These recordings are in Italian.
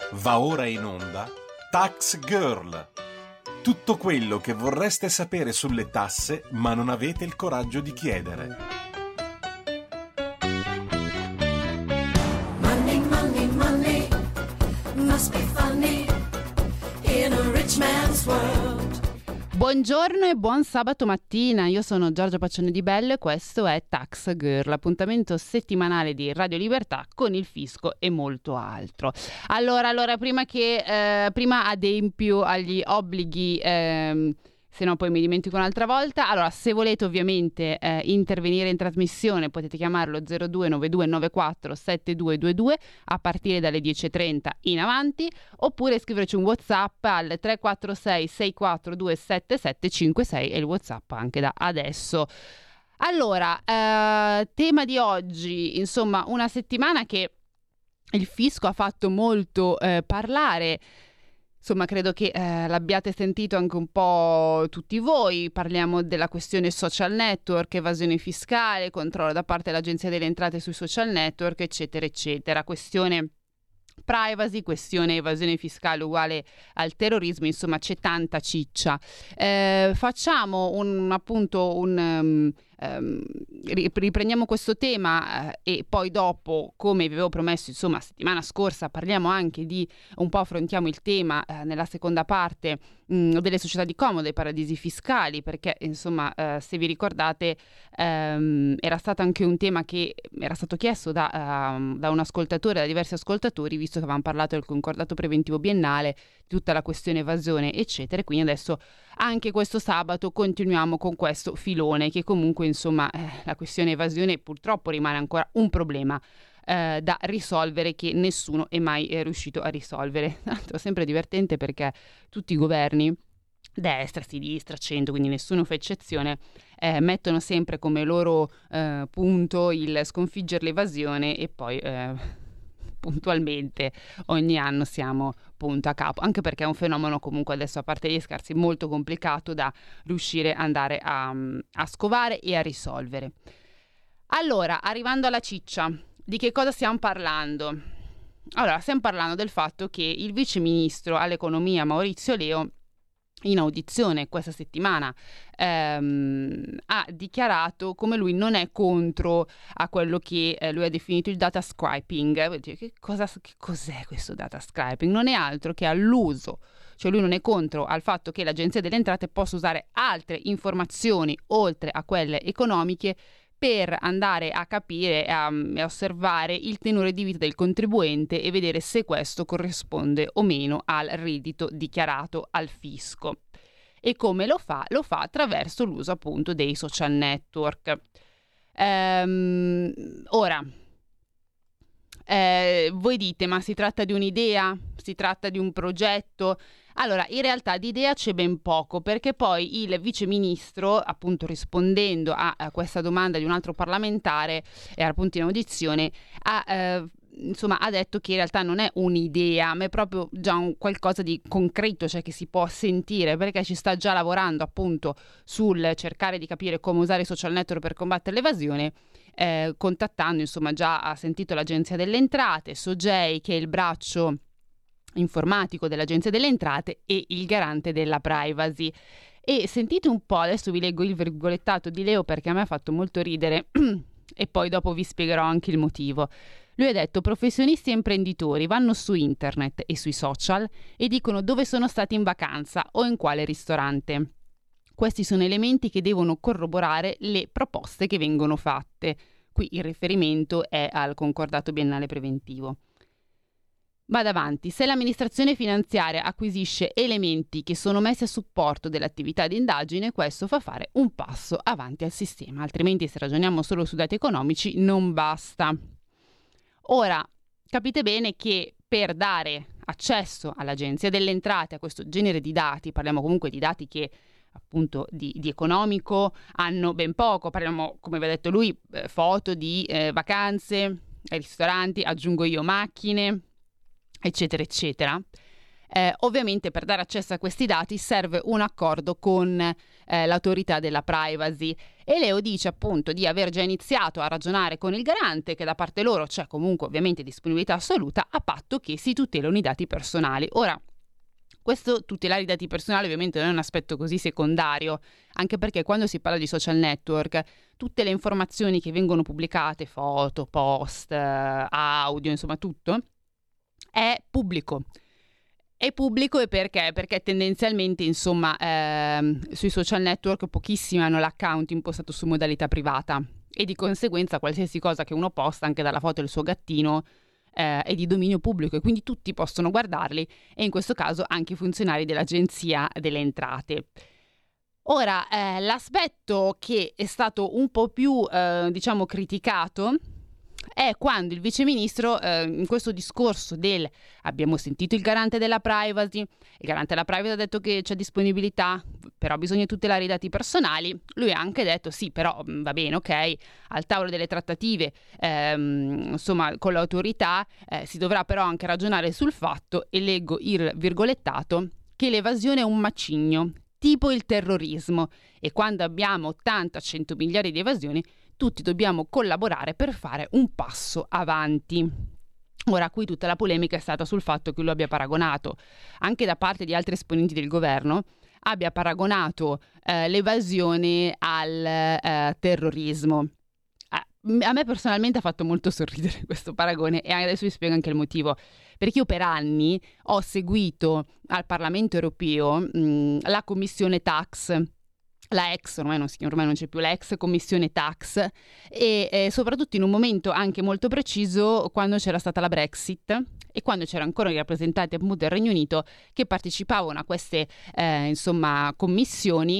Va ora in onda Tax Girl. Tutto quello che vorreste sapere sulle tasse ma non avete il coraggio di chiedere. Money, money, money must be funny in a rich man's world. Buongiorno e buon sabato mattina, io sono Giorgia Paccione di Bello e questo è Tax Girl, l'appuntamento settimanale di Radio Libertà con il fisco e molto altro. Allora prima adempio agli obblighi, se no poi mi dimentico un'altra volta. Allora, se volete ovviamente intervenire in trasmissione potete chiamarlo 0292947222 a partire dalle 10.30 in avanti, oppure scriverci un WhatsApp al 346 642 7756 e il WhatsApp anche da adesso. Allora, tema di oggi, insomma, una settimana che il fisco ha fatto molto parlare. Insomma, credo che l'abbiate sentito anche un po' tutti voi. Parliamo della questione social network, evasione fiscale, controllo da parte dell'Agenzia delle Entrate sui social network, eccetera, eccetera. Questione privacy, questione evasione fiscale uguale al terrorismo, insomma c'è tanta ciccia. Facciamo riprendiamo questo tema e poi dopo, come vi avevo promesso, insomma settimana scorsa parliamo anche di un po', affrontiamo il tema nella seconda parte delle società di comodo, dei paradisi fiscali, perché insomma se vi ricordate era stato anche un tema che era stato chiesto da un ascoltatore, da diversi ascoltatori, visto che avevamo parlato del concordato preventivo biennale, tutta la questione evasione eccetera, e quindi adesso anche questo sabato continuiamo con questo filone che comunque insomma la questione evasione purtroppo rimane ancora un problema da risolvere, che nessuno è mai riuscito a risolvere. Tra l'altro sempre divertente perché tutti i governi, destra, sinistra, centro, quindi nessuno fa eccezione, mettono sempre come loro punto il sconfiggere l'evasione e poi puntualmente ogni anno siamo punto a capo, anche perché è un fenomeno comunque adesso, a parte gli scherzi, molto complicato da riuscire ad andare a scovare e a risolvere. Allora, arrivando alla ciccia, di che cosa stiamo parlando? Allora, stiamo parlando del fatto che il vice ministro all'economia Maurizio Leo, in audizione questa settimana, ha dichiarato come lui non è contro a quello che lui ha definito il data scraping. Che cos'è questo data scraping? Non è altro che all'uso, cioè lui non è contro al fatto che l'Agenzia delle Entrate possa usare altre informazioni oltre a quelle economiche per andare a capire e a osservare il tenore di vita del contribuente e vedere se questo corrisponde o meno al reddito dichiarato al fisco. E come lo fa? Lo fa attraverso l'uso appunto dei social network. Ora, voi dite, ma si tratta di un'idea? Si tratta di un progetto? Allora, in realtà di idea c'è ben poco, perché poi il vice ministro, appunto rispondendo a questa domanda di un altro parlamentare, era appunto in audizione, ha detto che in realtà non è un'idea, ma è proprio già qualcosa di concreto, cioè che si può sentire, perché ci sta già lavorando appunto sul cercare di capire come usare i social network per combattere l'evasione, contattando, insomma già ha sentito l'Agenzia delle Entrate, Sogei, che è il braccio informatico dell'Agenzia delle Entrate, e il garante della privacy. E sentite un po', adesso vi leggo il virgolettato di Leo perché a me ha fatto molto ridere e poi dopo vi spiegherò anche il motivo. Lui ha detto: professionisti e imprenditori vanno su internet e sui social e dicono dove sono stati in vacanza o in quale ristorante. Questi sono elementi che devono corroborare le proposte che vengono fatte. Qui il riferimento è al concordato biennale preventivo. Vado avanti. Se l'amministrazione finanziaria acquisisce elementi che sono messi a supporto dell'attività di indagine, questo fa fare un passo avanti al sistema, altrimenti se ragioniamo solo su dati economici non basta. Ora, capite bene che per dare accesso all'Agenzia delle Entrate a questo genere di dati, parliamo comunque di dati che appunto di economico hanno ben poco, parliamo, come vi ha detto lui, foto di vacanze, ristoranti, aggiungo io macchine, eccetera eccetera, Ovviamente per dare accesso a questi dati serve un accordo con l'autorità della privacy, e Leo dice appunto di aver già iniziato a ragionare con il garante, che da parte loro c'è comunque ovviamente disponibilità assoluta, a patto che si tutelino i dati personali. Ora, questo tutelare i dati personali ovviamente non è un aspetto così secondario, anche perché quando si parla di social network, tutte le informazioni che vengono pubblicate, foto, post, audio, insomma tutto, è pubblico. È pubblico e perché? Perché tendenzialmente, insomma, sui social network pochissimi hanno l'account impostato su modalità privata, e di conseguenza qualsiasi cosa che uno posta, anche dalla foto del suo gattino, è di dominio pubblico, e quindi tutti possono guardarli, e in questo caso anche i funzionari dell'Agenzia delle Entrate. Ora, l'aspetto che è stato un po' più, diciamo, criticato è quando il viceministro, in questo discorso del abbiamo sentito il garante della privacy, il garante della privacy ha detto che c'è disponibilità, però bisogna tutelare i dati personali, lui ha anche detto sì, però va bene, ok, al tavolo delle trattative, insomma, con l'autorità si dovrà però anche ragionare sul fatto, e leggo il virgolettato, che l'evasione è un macigno, tipo il terrorismo, e quando abbiamo 80-100 miliardi di evasioni, tutti dobbiamo collaborare per fare un passo avanti. Ora, qui tutta la polemica è stata sul fatto che lui abbia paragonato, anche da parte di altri esponenti del governo, abbia paragonato l'evasione al terrorismo. A me personalmente ha fatto molto sorridere questo paragone, e adesso vi spiego anche il motivo. Perché io per anni ho seguito al Parlamento europeo la commissione Tax, la ex, ormai non c'è più, la ex commissione Tax, e soprattutto in un momento anche molto preciso, quando c'era stata la Brexit e quando c'erano ancora i rappresentanti appunto del Regno Unito che partecipavano a queste insomma commissioni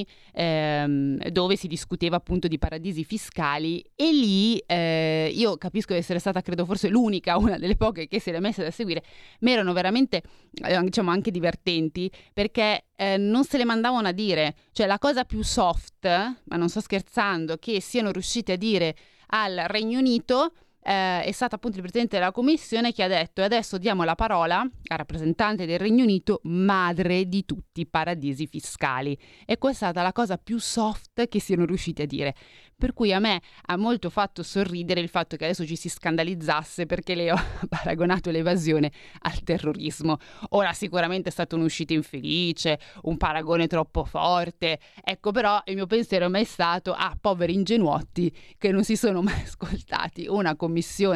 dove si discuteva appunto di paradisi fiscali, e lì io capisco di essere stata, credo forse l'unica, una delle poche che se le ha messe da seguire, ma erano veramente diciamo anche divertenti, perché non se le mandavano a dire, cioè la cosa più soft, ma non sto scherzando, che siano riusciti a dire al Regno Unito è stato appunto il presidente della commissione che ha detto: e adesso diamo la parola al rappresentante del Regno Unito, madre di tutti i paradisi fiscali. E questa è stata la cosa più soft che siano riusciti a dire, per cui a me ha molto fatto sorridere il fatto che adesso ci si scandalizzasse perché Leo ha paragonato l'evasione al terrorismo. Ora sicuramente è stata un'uscita infelice, un paragone troppo forte, ecco, però il mio pensiero è mai stato: poveri ingenuotti che non si sono mai ascoltati una commissione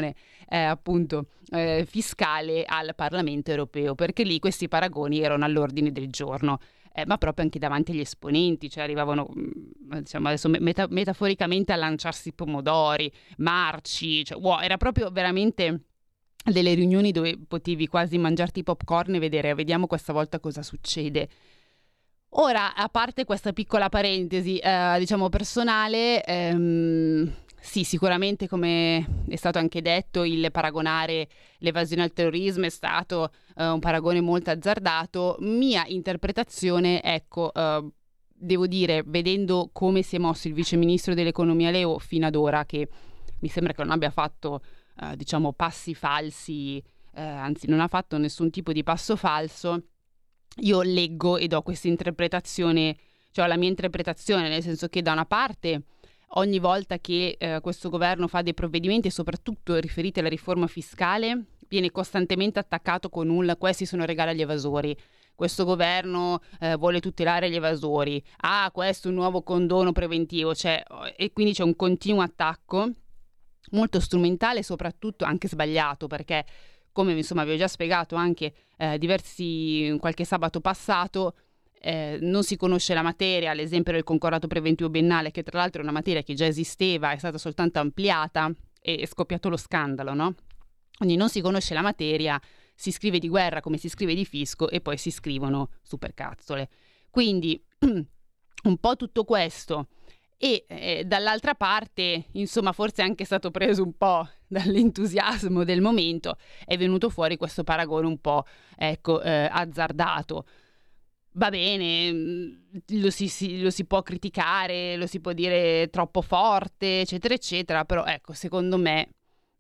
appunto fiscale al Parlamento europeo, perché lì questi paragoni erano all'ordine del giorno. Ma proprio anche davanti agli esponenti, cioè arrivavano, diciamo adesso metaforicamente, a lanciarsi i pomodori, marci, cioè, wow, era proprio veramente delle riunioni dove potevi quasi mangiarti i popcorn e vedere, vediamo questa volta cosa succede. Ora, a parte questa piccola parentesi, diciamo personale, sì, sicuramente, come è stato anche detto, il paragonare l'evasione al terrorismo è stato un paragone molto azzardato. Mia interpretazione, ecco, devo dire, vedendo come si è mosso il viceministro dell'economia Leo fino ad ora, che mi sembra che non abbia fatto, diciamo, passi falsi, anzi non ha fatto nessun tipo di passo falso, io leggo e do questa interpretazione, cioè la mia interpretazione, nel senso che da una parte ogni volta che questo governo fa dei provvedimenti, soprattutto riferiti alla riforma fiscale, viene costantemente attaccato con questi sono regali agli evasori, questo governo vuole tutelare gli evasori, questo è un nuovo condono preventivo, cioè, e quindi c'è un continuo attacco molto strumentale e soprattutto anche sbagliato, perché come insomma vi ho già spiegato anche qualche sabato passato, non si conosce la materia, l'esempio del concordato preventivo biennale, che tra l'altro è una materia che già esisteva, è stata soltanto ampliata e è scoppiato lo scandalo, no? Quindi non si conosce la materia, si scrive di guerra come si scrive di fisco e poi si scrivono supercazzole. Quindi un po' tutto questo, e dall'altra parte, insomma, forse è anche stato preso un po' dall'entusiasmo del momento, è venuto fuori questo paragone un po', ecco, azzardato. Va bene, lo si può criticare, lo si può dire troppo forte, eccetera, eccetera, però ecco, secondo me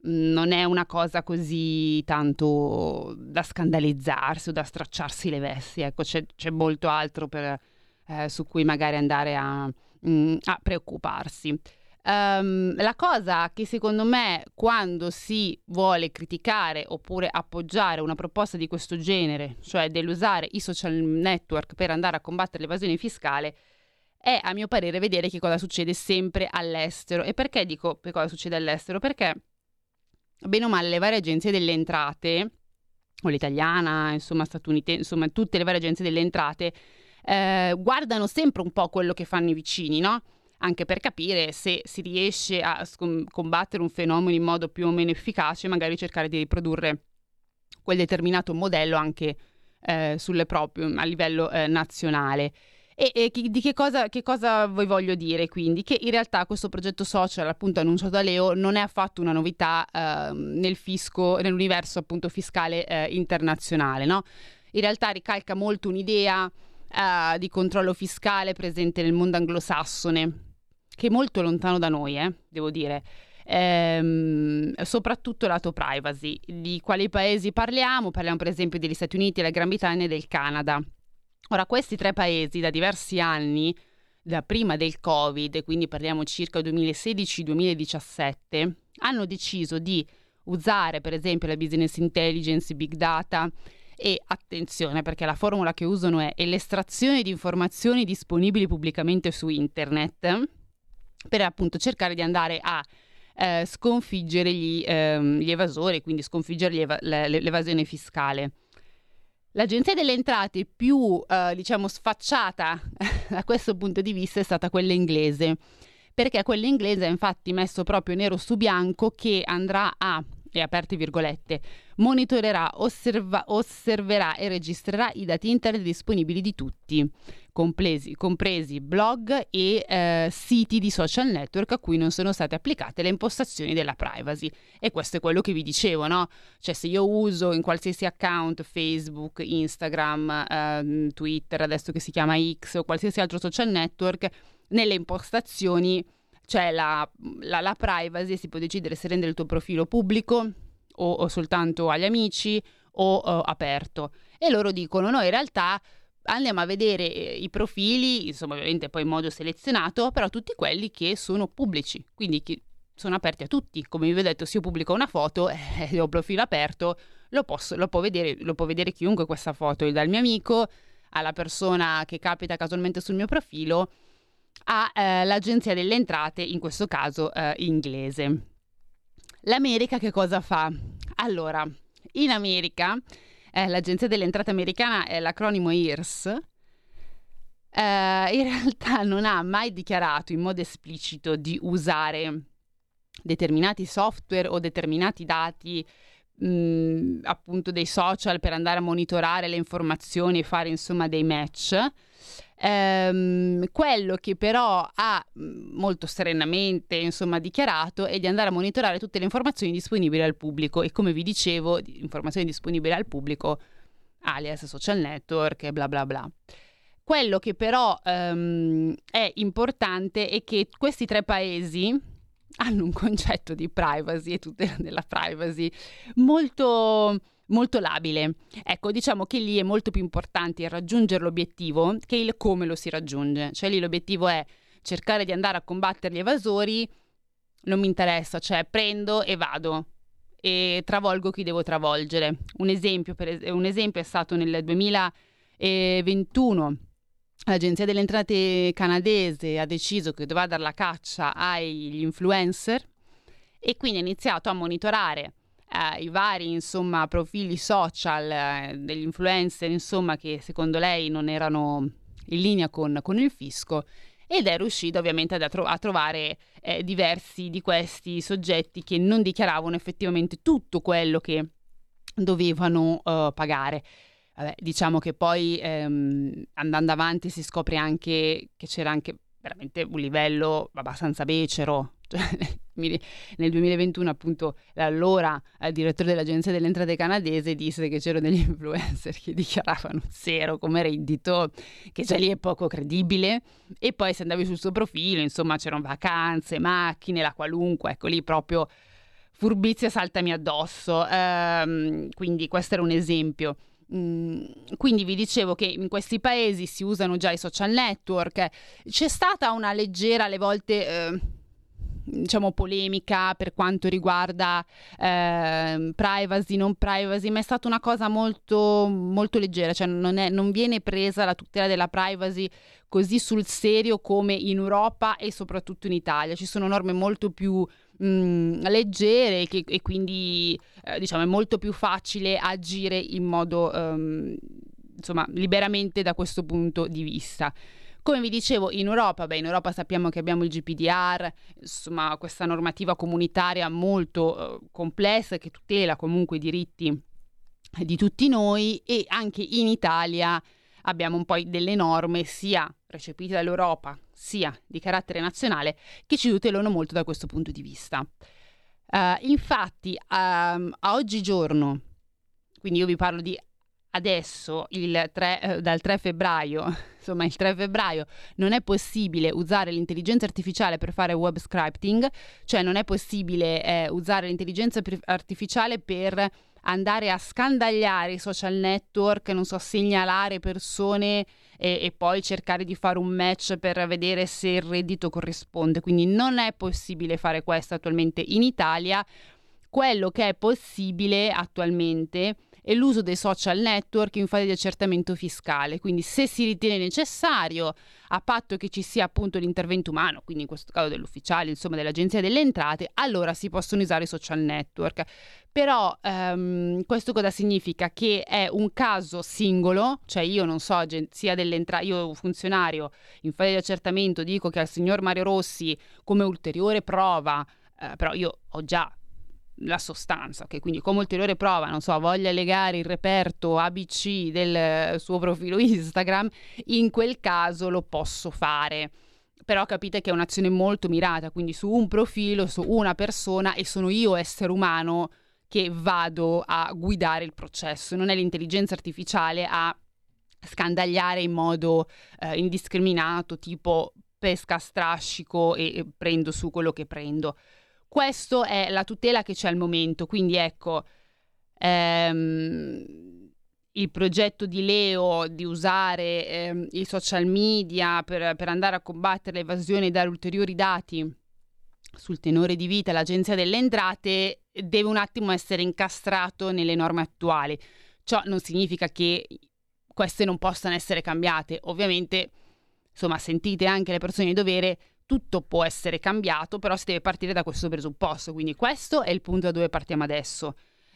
non è una cosa così tanto da scandalizzarsi o da stracciarsi le vesti, ecco, c'è molto altro su cui magari andare a preoccuparsi. La cosa che secondo me, quando si vuole criticare oppure appoggiare una proposta di questo genere, cioè dell'usare i social network per andare a combattere l'evasione fiscale, è a mio parere vedere che cosa succede sempre all'estero. E perché dico che cosa succede all'estero? Perché bene o male le varie agenzie delle entrate, o l'italiana, insomma statunitense, insomma tutte le varie agenzie delle entrate guardano sempre un po' quello che fanno i vicini, no? Anche per capire se si riesce a combattere un fenomeno in modo più o meno efficace, magari cercare di riprodurre quel determinato modello anche sulle proprie, a livello nazionale. Di che cosa vi voglio dire quindi? Che in realtà questo progetto social appunto annunciato da Leo non è affatto una novità nell'universo appunto fiscale internazionale, no? In realtà ricalca molto un'idea di controllo fiscale presente nel mondo anglosassone, che è molto lontano da noi, devo dire. Soprattutto lato privacy. Di quali paesi parliamo? Parliamo per esempio degli Stati Uniti, della Gran Bretagna e del Canada. Ora, questi 3 paesi da diversi anni, da prima del Covid, quindi parliamo circa 2016-2017, hanno deciso di usare per esempio la business intelligence, big data e, attenzione, perché la formula che usano è l'estrazione di informazioni disponibili pubblicamente su internet, per appunto cercare di andare a sconfiggere gli evasori, quindi sconfiggere l'evasione fiscale. L'agenzia delle entrate più diciamo sfacciata da questo punto di vista è stata quella inglese, perché quella inglese ha infatti messo proprio nero su bianco che andrà a, e aperte virgolette, monitorerà, osserverà e registrerà i dati internet disponibili di tutti, compresi blog e siti di social network a cui non sono state applicate le impostazioni della privacy. E questo è quello che vi dicevo, no? Cioè, se io uso in qualsiasi account Facebook, Instagram, Twitter, adesso che si chiama X, o qualsiasi altro social network, nelle impostazioni c'è la privacy, si può decidere se rendere il tuo profilo pubblico o soltanto agli amici o aperto. E loro dicono: no, in realtà andiamo a vedere i profili, insomma ovviamente poi in modo selezionato, però tutti quelli che sono pubblici, quindi che sono aperti a tutti. Come vi ho detto, se io pubblico una foto e ho un profilo aperto, lo può vedere chiunque questa foto, dal mio amico alla persona che capita casualmente sul mio profilo, all'agenzia delle entrate, in questo caso inglese. L'America che cosa fa? Allora, in America l'agenzia delle entrate americana è l'acronimo IRS. In realtà non ha mai dichiarato in modo esplicito di usare determinati software o determinati dati appunto dei social per andare a monitorare le informazioni e fare insomma dei match. Quello che però ha molto serenamente insomma dichiarato è di andare a monitorare tutte le informazioni disponibili al pubblico, e come vi dicevo, informazioni disponibili al pubblico alias social network e bla bla bla. Quello che però è importante è che questi 3 paesi hanno un concetto di privacy e tutela della privacy molto molto labile. Ecco, diciamo che lì è molto più importante il raggiungere l'obiettivo che il come lo si raggiunge. Cioè lì l'obiettivo è cercare di andare a combattere gli evasori, non mi interessa, cioè prendo e vado e travolgo chi devo travolgere. Un esempio è stato nel 2021. L'agenzia delle entrate canadese ha deciso che doveva dare la caccia agli influencer e quindi ha iniziato a monitorare i vari insomma profili social degli influencer insomma che secondo lei non erano in linea con il fisco, ed è riuscito ovviamente a trovare diversi di questi soggetti che non dichiaravano effettivamente tutto quello che dovevano pagare. Vabbè, diciamo che poi andando avanti si scopre anche che c'era anche veramente un livello abbastanza becero. Nel 2021 appunto l'allora direttore dell'agenzia delle entrate canadese disse che c'erano degli influencer che dichiaravano zero come reddito, che già lì è poco credibile, e poi se andavi sul suo profilo insomma c'erano vacanze, macchine, la qualunque, ecco lì proprio furbizia saltami addosso. Quindi questo era un esempio. Quindi vi dicevo che in questi paesi si usano già i social network. C'è stata una leggera, alle volte diciamo polemica per quanto riguarda privacy, non privacy, ma è stata una cosa molto, molto leggera, cioè non viene presa la tutela della privacy così sul serio come in Europa e soprattutto in Italia. Ci sono norme molto più leggere e quindi diciamo è molto più facile agire in modo insomma liberamente da questo punto di vista. Come vi dicevo, in Europa sappiamo che abbiamo il GDPR, insomma questa normativa comunitaria molto complessa che tutela comunque i diritti di tutti noi, e anche in Italia abbiamo un po' delle norme sia recepite dall'Europa sia di carattere nazionale che ci tutelano molto da questo punto di vista. Infatti a oggigiorno, quindi io vi parlo di adesso, dal 3 febbraio, insomma il 3 febbraio non è possibile usare l'intelligenza artificiale per fare web scraping, cioè non è possibile usare l'intelligenza artificiale per andare a scandagliare i social network, non so, segnalare persone e poi cercare di fare un match per vedere se il reddito corrisponde. Quindi non è possibile fare questo attualmente in Italia. Quello che è possibile attualmente è l'uso dei social network in fase di accertamento fiscale, quindi se si ritiene necessario, a patto che ci sia appunto l'intervento umano, quindi in questo caso dell'ufficiale, insomma dell'Agenzia delle Entrate, allora si possono usare i social network. Però questo cosa significa? Che è un caso singolo, cioè io non so, Agenzia delle Entrate, io funzionario in fase di accertamento dico che al signor Mario Rossi come ulteriore prova, però io ho già la sostanza, che quindi come ulteriore prova, non so, voglia legare il reperto ABC del suo profilo Instagram, in quel caso lo posso fare. Però capite che è un'azione molto mirata, quindi su un profilo, su una persona, e sono io, essere umano, che vado a guidare il processo. Non è l'intelligenza artificiale a scandagliare in modo indiscriminato, tipo pesca a strascico e prendo su quello che prendo. Questo è la tutela che c'è al momento, quindi ecco, il progetto di Leo di usare i social media per andare a combattere l'evasione e dare ulteriori dati sul tenore di vita all'Agenzia delle Entrate deve un attimo essere incastrato nelle norme attuali. Ciò non significa che queste non possano essere cambiate. Ovviamente, insomma, sentite anche le persone di dovere, tutto può essere cambiato, però si deve partire da questo presupposto. Quindi questo è il punto da dove partiamo adesso.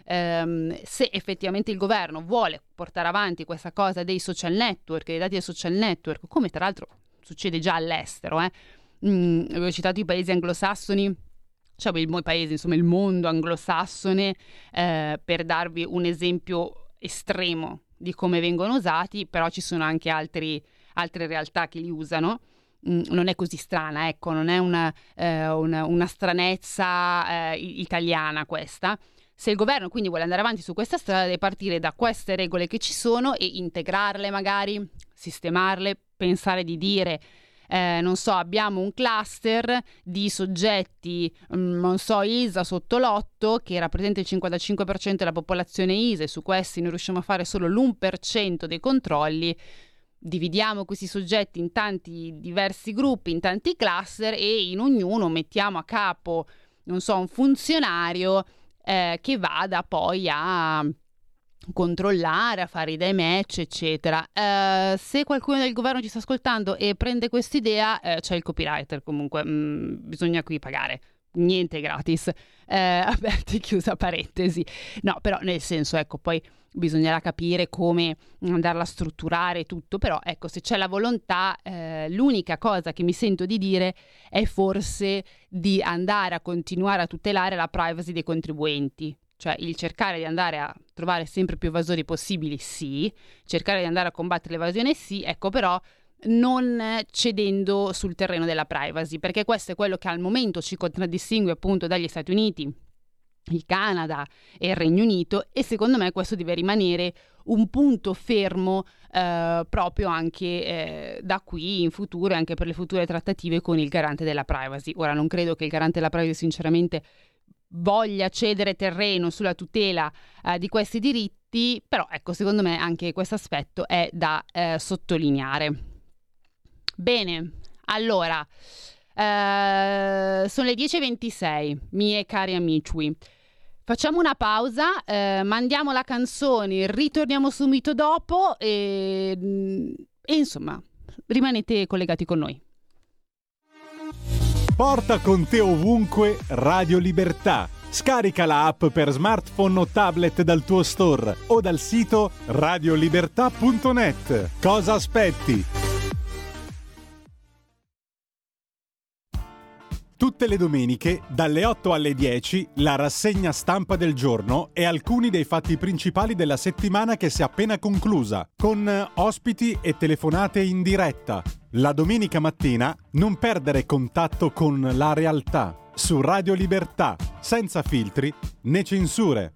Se effettivamente il governo vuole portare avanti questa cosa dei social network, dei dati dei social network, come tra l'altro succede già all'estero, avevo citato i paesi anglosassoni, cioè i paesi, insomma il mondo anglosassone, per darvi un esempio estremo di come vengono usati, però ci sono anche altre realtà che li usano. Non è così strana, ecco, non è una stranezza italiana questa. Se il governo quindi vuole andare avanti su questa strada, deve partire da queste regole che ci sono e integrarle, magari sistemarle, pensare di dire non so, abbiamo un cluster di soggetti non so, ISA sotto l'8 che rappresenta il 55% della popolazione ISA, e su questi noi riusciamo a fare solo l'1% dei controlli. Dividiamo questi soggetti in tanti diversi gruppi, in tanti cluster, e in ognuno mettiamo a capo, non so, un funzionario che vada poi a controllare, a fare dei match, eccetera. Se qualcuno del governo ci sta ascoltando e prende quest'idea, c'è il copywriter, comunque bisogna qui pagare. Niente gratis, aperta e chiusa parentesi. No, però nel senso, ecco, poi bisognerà capire come andarla a strutturare tutto, però ecco, se c'è la volontà, l'unica cosa che mi sento di dire è forse di andare a continuare a tutelare la privacy dei contribuenti. Cioè il cercare di andare a trovare sempre più evasori possibili, sì, cercare di andare a combattere l'evasione, sì, ecco, però non cedendo sul terreno della privacy, perché questo è quello che al momento ci contraddistingue appunto dagli Stati Uniti, il Canada e il Regno Unito, e secondo me questo deve rimanere un punto fermo proprio anche da qui in futuro e anche per le future trattative con il garante della privacy. Ora non credo che il garante della privacy sinceramente voglia cedere terreno sulla tutela di questi diritti, però ecco, secondo me anche questo aspetto è da sottolineare. Bene, allora, sono le 10:26, miei cari amici. Facciamo una pausa, mandiamo la canzone, ritorniamo subito dopo e insomma, rimanete collegati con noi. Porta con te ovunque Radio Libertà. Scarica la app per smartphone o tablet dal tuo store o dal sito radiolibertà.net. Cosa aspetti? Tutte le domeniche, dalle 8 alle 10, la rassegna stampa del giorno e alcuni dei fatti principali della settimana che si è appena conclusa, con ospiti e telefonate in diretta. La domenica mattina non perdere contatto con la realtà. Su Radio Libertà, senza filtri né censure.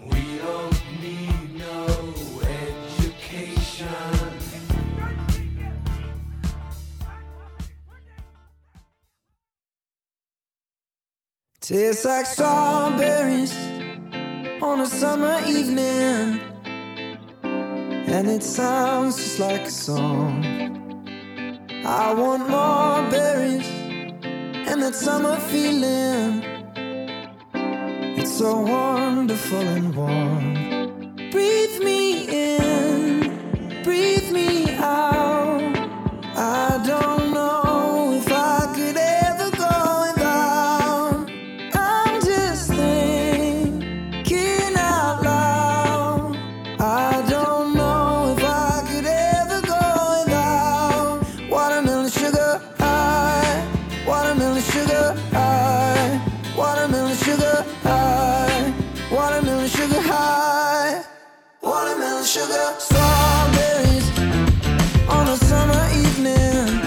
Tastes like strawberries on a summer evening, and it sounds just like a song. I want more berries and that summer feeling. It's so wonderful and warm. Breathe me in, breathe me out. I don't know if I could ever go without. I'm just thinking out loud. I don't know if I could ever go without watermelon sugar high, watermelon sugar high, watermelon sugar high, watermelon sugar high, watermelon sugar. Strawberries on a summer evening.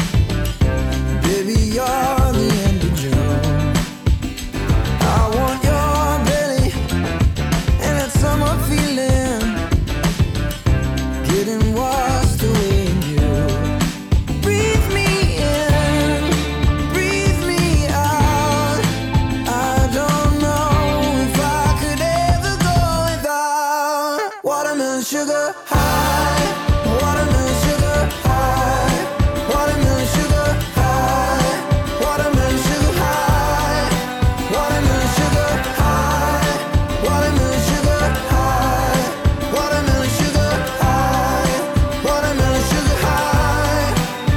Baby, you're the end of June. I want your belly and that summer feeling, getting washed away in you. Breathe me in, breathe me out. I don't know if I could ever go without watermelon sugar high, watermelon sugar high, watermelon sugar high, watermelon sugar high, watermelon sugar high, watermelon sugar high, watermelon sugar high, watermelon sugar high.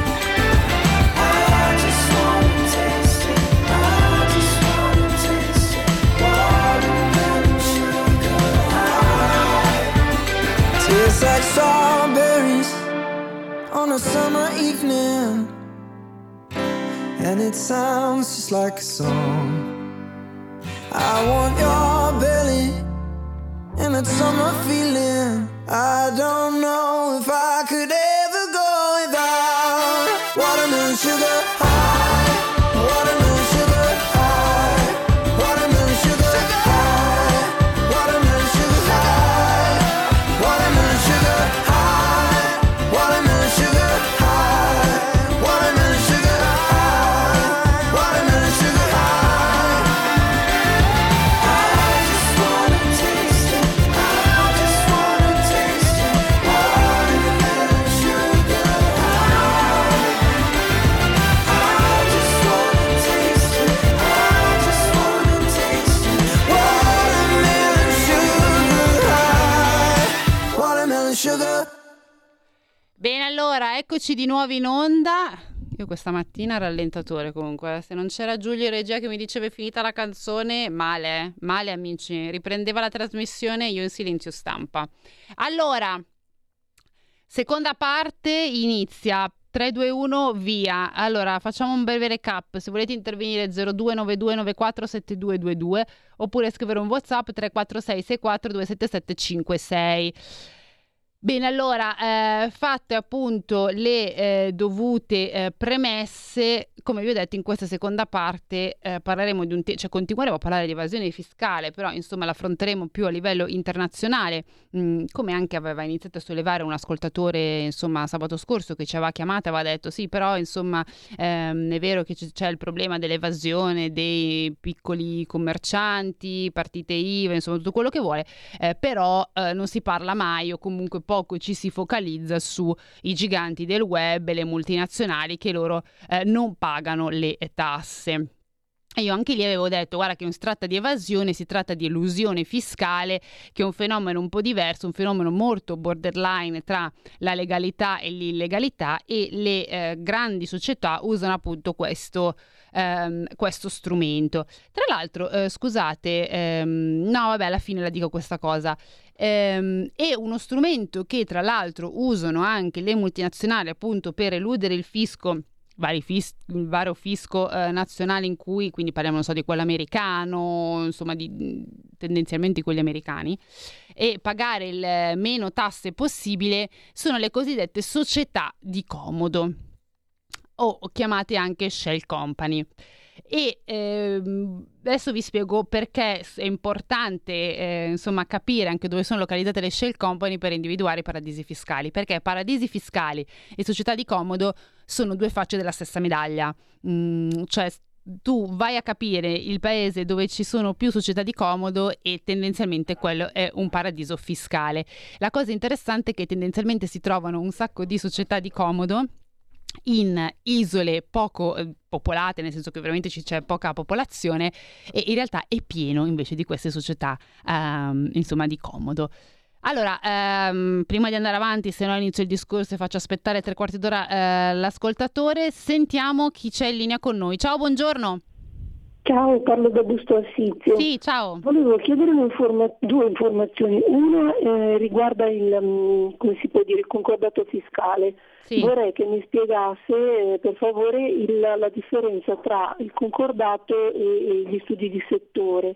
I just wanna taste it, I just wanna taste it, watermelon sugar high. Tastes like strawberries on a summer evening, and it sounds just like a song. I want your belly and that summer feeling. I don't know if I could ever go without watermelon sugar high, watermelon sugar high, watermelon sugar high, watermelon sugar high, watermelon sugar high, watermelon sugar high, watermelon sugar high, watermelon sugar high. I just wanna taste it, I just wanna taste it, watermelon sugar high. I just wanna taste it, I just wanna taste it, watermelon sugar high, watermelon sugar. Bene, allora, eccoci di nuovo in onda. Io questa mattina rallentatore comunque, se non c'era Giulio in regia che mi diceva è finita la canzone, male, male amici, riprendeva la trasmissione, io in silenzio stampa. Allora, seconda parte inizia, 3, 2, 1, via. Allora, facciamo un breve recap, se volete intervenire 0292947222 oppure scrivere un WhatsApp 346 64 277 56. Bene, allora, fatte appunto le dovute premesse, come vi ho detto in questa seconda parte parleremo di cioè continueremo a parlare di evasione fiscale, però insomma l'affronteremo più a livello internazionale, come anche aveva iniziato a sollevare un ascoltatore insomma sabato scorso che ci aveva chiamato e aveva detto sì, però insomma è vero che c'è il problema dell'evasione dei piccoli commercianti, partite IVA, insomma tutto quello che vuole, però non si parla mai o comunque poco ci si focalizza sui giganti del web e le multinazionali che loro non pagano le tasse. E io anche lì avevo detto, guarda che non si tratta di evasione, si tratta di elusione fiscale, che è un fenomeno un po' diverso, un fenomeno molto borderline tra la legalità e l'illegalità, e le grandi società usano appunto questo strumento. Tra l'altro, scusate, no vabbè, alla fine la dico questa cosa, è uno strumento che tra l'altro usano anche le multinazionali appunto per eludere il fisco, il vario fisco nazionale, in cui quindi parliamo non so di quello americano, insomma tendenzialmente quelli americani, e pagare il meno tasse possibile, sono le cosiddette società di comodo, o chiamate anche shell company. E adesso vi spiego perché è importante insomma capire anche dove sono localizzate le shell company per individuare i paradisi fiscali, perché paradisi fiscali e società di comodo sono due facce della stessa medaglia, cioè tu vai a capire il paese dove ci sono più società di comodo e tendenzialmente quello è un paradiso fiscale. La cosa interessante è che tendenzialmente si trovano un sacco di società di comodo in isole poco popolate, nel senso che veramente c'è poca popolazione, e in realtà è pieno invece di queste società insomma di comodo. Allora, prima di andare avanti, se no inizio il discorso e faccio aspettare 3/4 d'ora l'ascoltatore, sentiamo chi c'è in linea con noi. Ciao, buongiorno. Ciao, parlo da Busto Arsizio. Sì, ciao. Volevo chiedere due informazioni. Una riguarda il concordato fiscale. Sì. Vorrei che mi spiegasse per favore la differenza tra il concordato e gli studi di settore.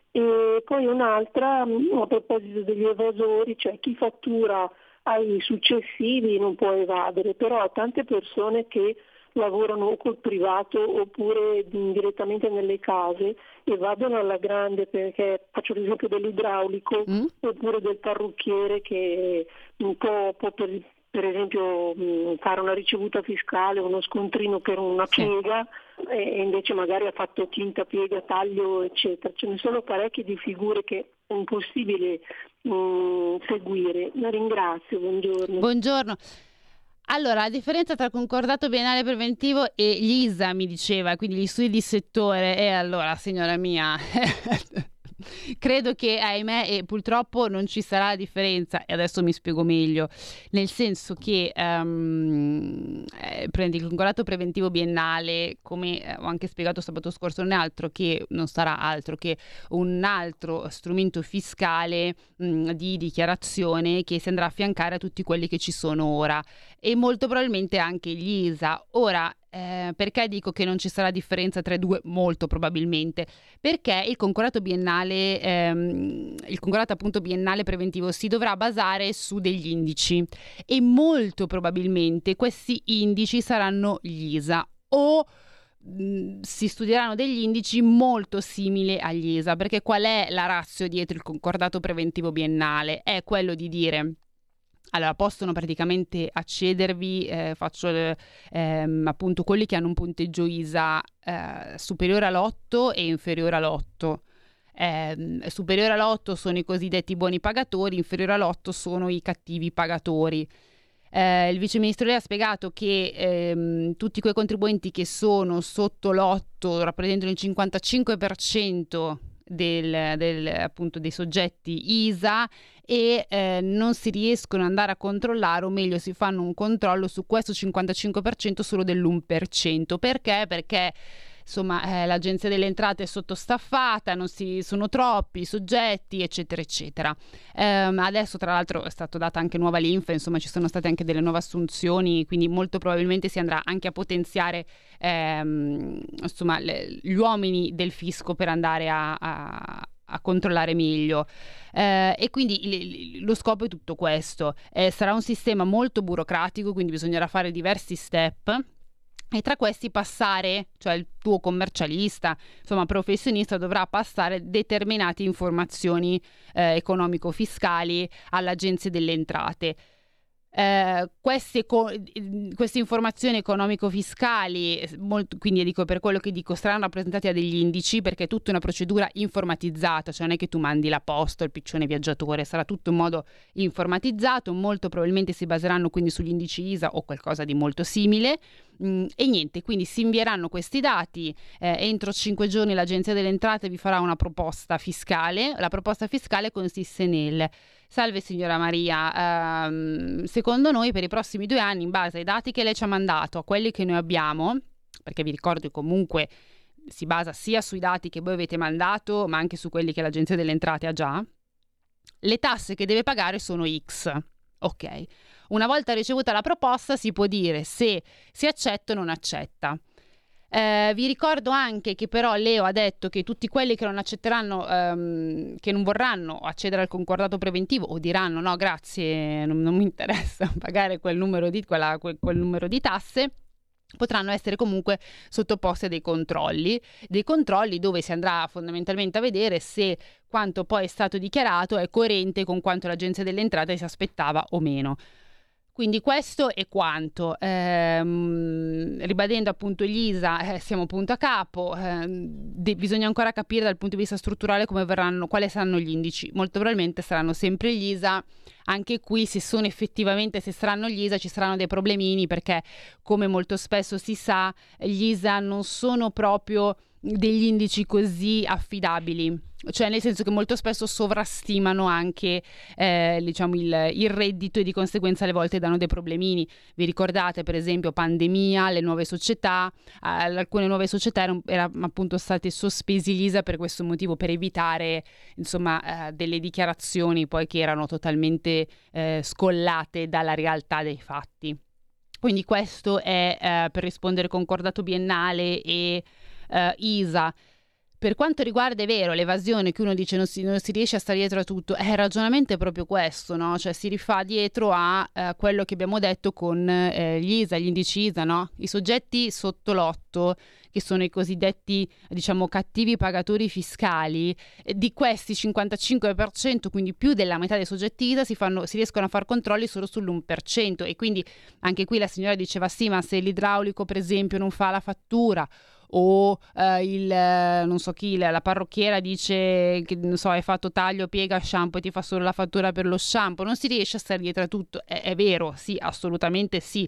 E poi un'altra a proposito degli evasori, cioè chi fattura ai successivi non può evadere, però tante persone che lavorano col privato oppure direttamente nelle case e vadano alla grande, perché faccio l'esempio dell'idraulico oppure del parrucchiere che può per esempio fare una ricevuta fiscale, uno scontrino per una piega e invece magari ha fatto tinta, piega, taglio eccetera. Ce ne sono parecchie di figure che è impossibile seguire. La ringrazio, buongiorno. Buongiorno. Allora, la differenza tra concordato biennale preventivo e gli ISA, mi diceva, quindi gli studi di settore, e allora, signora mia, credo che ahimè e purtroppo non ci sarà differenza, e adesso mi spiego meglio, nel senso che prendi il concordato preventivo biennale, come ho anche spiegato sabato scorso, non sarà altro che un altro strumento fiscale di dichiarazione che si andrà a affiancare a tutti quelli che ci sono ora, e molto probabilmente anche gli ISA. Ora, perché dico che non ci sarà differenza tra i due? Molto probabilmente perché il concordato biennale, il concordato appunto biennale preventivo si dovrà basare su degli indici, e molto probabilmente questi indici saranno gli ISA, o si studieranno degli indici molto simili agli ISA, perché qual è la ratio dietro il concordato preventivo biennale? È quello di dire: allora, possono praticamente accedervi, appunto quelli che hanno un punteggio ISA superiore all'8 e inferiore all'8. Superiore all'8 sono i cosiddetti buoni pagatori, inferiore all'8 sono i cattivi pagatori. Il vice ministro lei ha spiegato che tutti quei contribuenti che sono sotto l'8 rappresentano il 55% appunto dei soggetti ISA, e non si riescono ad andare a controllare, o meglio si fanno un controllo su questo 55% solo dell'1%. Perché? Perché insomma l'agenzia delle entrate è sottostaffata, sono troppi soggetti eccetera eccetera. Adesso tra l'altro è stata data anche nuova linfa, insomma ci sono state anche delle nuove assunzioni, quindi molto probabilmente si andrà anche a potenziare insomma gli uomini del fisco per andare a a controllare meglio. E quindi lo scopo è tutto questo. Sarà un sistema molto burocratico, quindi bisognerà fare diversi step e tra questi passare, cioè il tuo commercialista, insomma professionista, dovrà passare determinate informazioni economico-fiscali all'Agenzia delle Entrate. Queste informazioni economico-fiscali, quindi dico, per quello che dico, saranno rappresentate da degli indici, perché è tutta una procedura informatizzata, cioè non è che tu mandi la posta, il piccione viaggiatore, sarà tutto in modo informatizzato, molto probabilmente si baseranno quindi sugli indici ISA o qualcosa di molto simile. E niente, quindi si invieranno questi dati, entro 5 giorni l'Agenzia delle Entrate vi farà una proposta fiscale. La proposta fiscale consiste nel: salve signora Maria, secondo noi per i prossimi 2 anni, in base ai dati che lei ci ha mandato, a quelli che noi abbiamo, perché vi ricordo che comunque si basa sia sui dati che voi avete mandato ma anche su quelli che l'Agenzia delle Entrate ha già, le tasse che deve pagare sono X. Ok, una volta ricevuta la proposta si può dire se si accetta o non accetta. Vi ricordo anche che però Leo ha detto che tutti quelli che non accetteranno, che non vorranno accedere al concordato preventivo o diranno no grazie, non mi interessa pagare quel numero di tasse, potranno essere comunque sottoposti a dei controlli dove si andrà fondamentalmente a vedere se quanto poi è stato dichiarato è coerente con quanto l'Agenzia delle Entrate si aspettava o meno. Quindi questo è quanto. Ribadendo appunto gli ISA, siamo punto a capo, bisogna ancora capire dal punto di vista strutturale quali saranno gli indici. Molto probabilmente saranno sempre gli ISA. Anche qui se saranno gli ISA ci saranno dei problemini, perché come molto spesso si sa gli ISA non sono proprio degli indici così affidabili, cioè nel senso che molto spesso sovrastimano anche il reddito e di conseguenza alle volte danno dei problemini. Vi ricordate per esempio pandemia, le nuove società, alcune nuove società erano appunto state sospesi l'ISA per questo motivo, per evitare insomma delle dichiarazioni poi che erano totalmente scollate dalla realtà dei fatti. Quindi questo è per rispondere concordato biennale e ISA. Per quanto riguarda, è vero, l'evasione, che uno dice non si riesce a stare dietro a tutto, il ragionamento è proprio questo, no? Cioè si rifà dietro a quello che abbiamo detto con gli ISA, gli indici ISA, no? I soggetti sotto l'8, che sono i cosiddetti, diciamo, cattivi pagatori fiscali, di questi 55%, quindi più della metà dei soggetti ISA, si riescono a far controlli solo sull'1%, e quindi anche qui la signora diceva sì, ma se l'idraulico per esempio non fa la fattura, o non so chi, la parrucchiera dice che non so, hai fatto taglio, piega, shampoo e ti fa solo la fattura per lo shampoo, non si riesce a stare dietro a tutto. È vero, sì, assolutamente sì.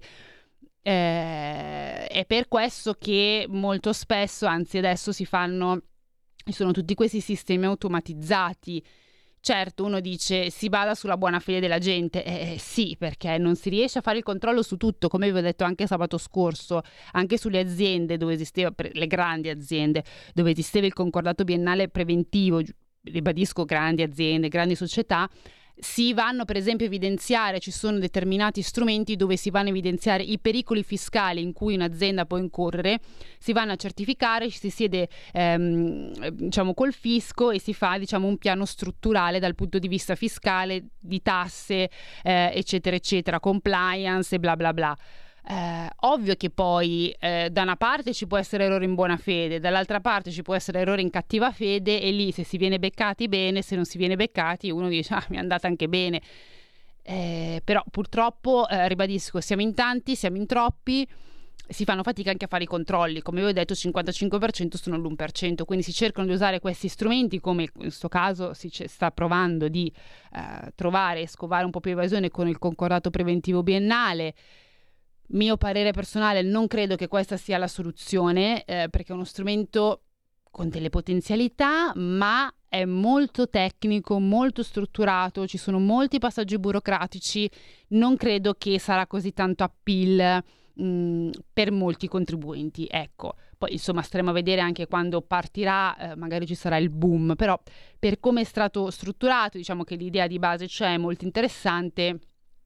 È per questo che molto spesso, anzi adesso ci sono tutti questi sistemi automatizzati. Certo, uno dice si basa sulla buona fede della gente, sì, perché non si riesce a fare il controllo su tutto, come vi ho detto anche sabato scorso, anche sulle aziende dove esisteva, le grandi aziende, dove esisteva il concordato biennale preventivo, ribadisco grandi aziende, grandi società, si vanno per esempio a evidenziare, ci sono determinati strumenti dove si vanno a evidenziare i pericoli fiscali in cui un'azienda può incorrere, si vanno a certificare, ci si siede diciamo col fisco e si fa diciamo un piano strutturale dal punto di vista fiscale, di tasse eccetera eccetera, compliance e bla bla bla. Ovvio che poi da una parte ci può essere errore in buona fede, dall'altra parte ci può essere errore in cattiva fede, e lì se si viene beccati bene, se non si viene beccati uno dice mi è andata anche bene, però purtroppo ribadisco, siamo in tanti, siamo in troppi, si fanno fatica anche a fare i controlli, come vi ho detto 55% sono l'1%, quindi si cercano di usare questi strumenti, come in questo caso si sta provando di trovare e scovare un po' più evasione con il concordato preventivo biennale. Mio parere personale, non credo che questa sia la soluzione, perché è uno strumento con delle potenzialità, ma è molto tecnico, molto strutturato, ci sono molti passaggi burocratici, non credo che sarà così tanto appeal per molti contribuenti, ecco. Poi insomma staremo a vedere anche quando partirà, magari ci sarà il boom, però per come è stato strutturato diciamo che l'idea di base c'è, molto interessante,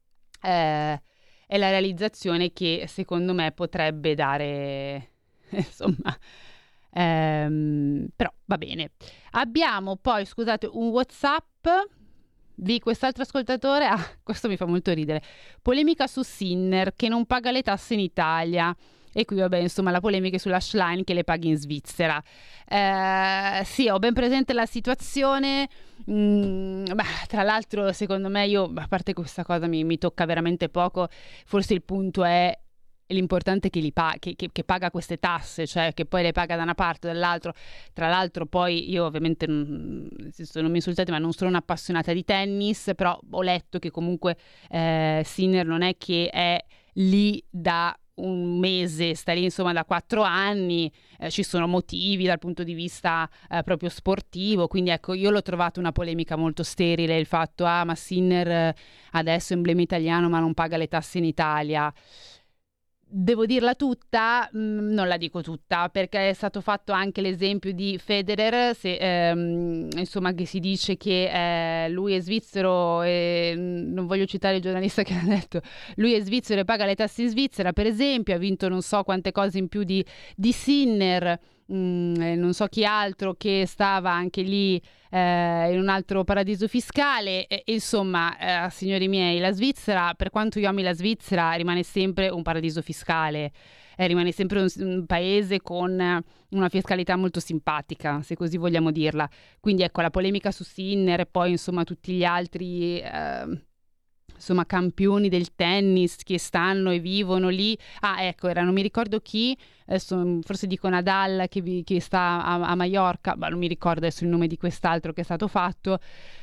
è la realizzazione che secondo me potrebbe dare insomma Però va bene. Abbiamo poi, scusate, un WhatsApp di quest'altro ascoltatore. Questo mi fa molto ridere. Polemica su Sinner che non paga le tasse in Italia. E qui vabbè, insomma, la polemica è sulla Schlein che le paghi in Svizzera. Sì, ho ben presente la situazione. Tra l'altro, secondo me, a parte questa cosa mi tocca veramente poco. Forse il punto è l'importante è che paga queste tasse, cioè che poi le paga da una parte o dall'altra. Tra l'altro poi io ovviamente non mi insultate, ma non sono un'appassionata di tennis, però ho letto che comunque Sinner non è che è lì da un mese, sta lì insomma da 4 anni, ci sono motivi dal punto di vista proprio sportivo, quindi ecco, io l'ho trovato una polemica molto sterile il fatto ma Sinner adesso è emblema italiano ma non paga le tasse in Italia. Devo dirla tutta? Non la dico tutta, perché è stato fatto anche l'esempio di Federer, insomma, che si dice che lui è svizzero e non voglio citare il giornalista che l'ha detto, lui è svizzero e paga le tasse in Svizzera, per esempio, ha vinto non so quante cose in più di Sinner, non so chi altro che stava anche lì in un altro paradiso fiscale, insomma, signori miei, la Svizzera, per quanto io ami la Svizzera, rimane sempre un paradiso fiscale, rimane sempre un paese con una fiscalità molto simpatica, se così vogliamo dirla. Quindi ecco, la polemica su Sinner e poi insomma tutti gli altri insomma campioni del tennis che stanno e vivono lì. Ecco, non mi ricordo chi, adesso forse dico Nadal che sta a Maiorca, ma non mi ricordo adesso il nome di quest'altro che è stato fatto,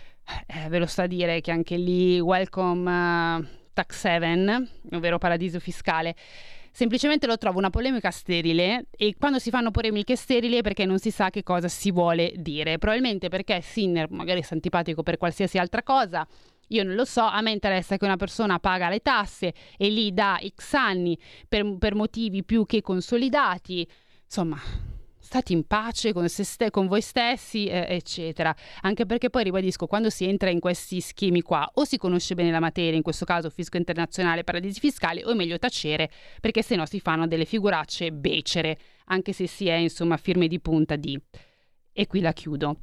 ve lo sto a dire che anche lì welcome tax haven, ovvero paradiso fiscale. Semplicemente lo trovo una polemica sterile, e quando si fanno polemiche sterili è perché non si sa che cosa si vuole dire, probabilmente perché Sinner magari è antipatico per qualsiasi altra cosa. Io non lo so, a me interessa che una persona paga le tasse e lì da X anni per motivi più che consolidati, insomma, stati in pace con voi stessi, eccetera. Anche perché poi ribadisco, quando si entra in questi schemi qua o si conosce bene la materia, in questo caso fisco internazionale, paradisi fiscali, o è meglio tacere, perché sennò si fanno delle figuracce becere, anche se si è insomma firme di punta di. E qui la chiudo.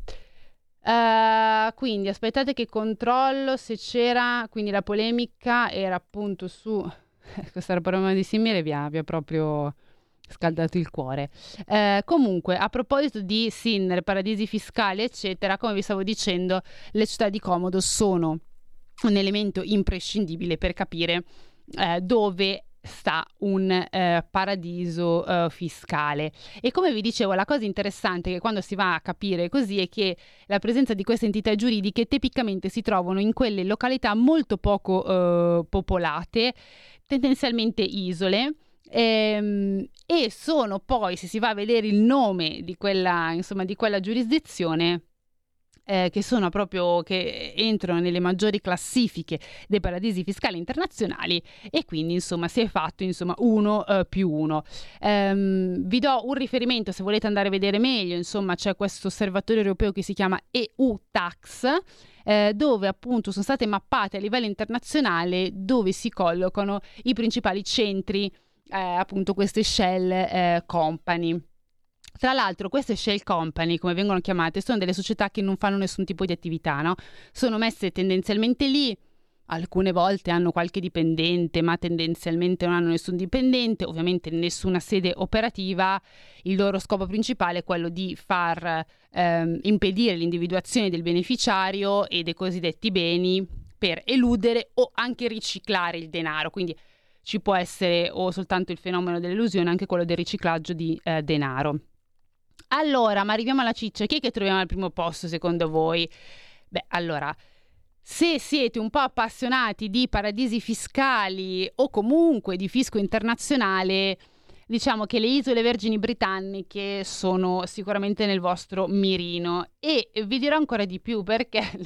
Quindi aspettate che controllo se c'era, quindi la polemica era appunto su questa problema di simile, vi ha proprio scaldato il cuore. Comunque, a proposito di Sinner, paradisi fiscali eccetera, come vi stavo dicendo, le città di comodo sono un elemento imprescindibile per capire dove sta un paradiso fiscale. E come vi dicevo, la cosa interessante che quando si va a capire così è che la presenza di queste entità giuridiche tipicamente si trovano in quelle località molto poco popolate, tendenzialmente isole, e sono poi, se si va a vedere il nome di quella giurisdizione, che sono proprio, che entrano nelle maggiori classifiche dei paradisi fiscali internazionali, e quindi insomma si è fatto 1+1. Vi do un riferimento se volete andare a vedere meglio, insomma c'è questo osservatorio europeo che si chiama EU Tax, dove appunto sono state mappate a livello internazionale dove si collocano i principali centri, appunto queste shell company. Tra l'altro queste shell company, come vengono chiamate, sono delle società che non fanno nessun tipo di attività, no? Sono messe tendenzialmente lì, alcune volte hanno qualche dipendente, ma tendenzialmente non hanno nessun dipendente, ovviamente nessuna sede operativa. Il loro scopo principale è quello di far impedire l'individuazione del beneficiario e dei cosiddetti beni per eludere o anche riciclare il denaro. Quindi ci può essere o soltanto il fenomeno dell'elusione, anche quello del riciclaggio di denaro. Allora, ma arriviamo alla ciccia. Chi è che troviamo al primo posto secondo voi? Beh, allora, se siete un po' appassionati di paradisi fiscali o comunque di fisco internazionale, diciamo che le Isole Vergini Britanniche sono sicuramente nel vostro mirino, e vi dirò ancora di più perché le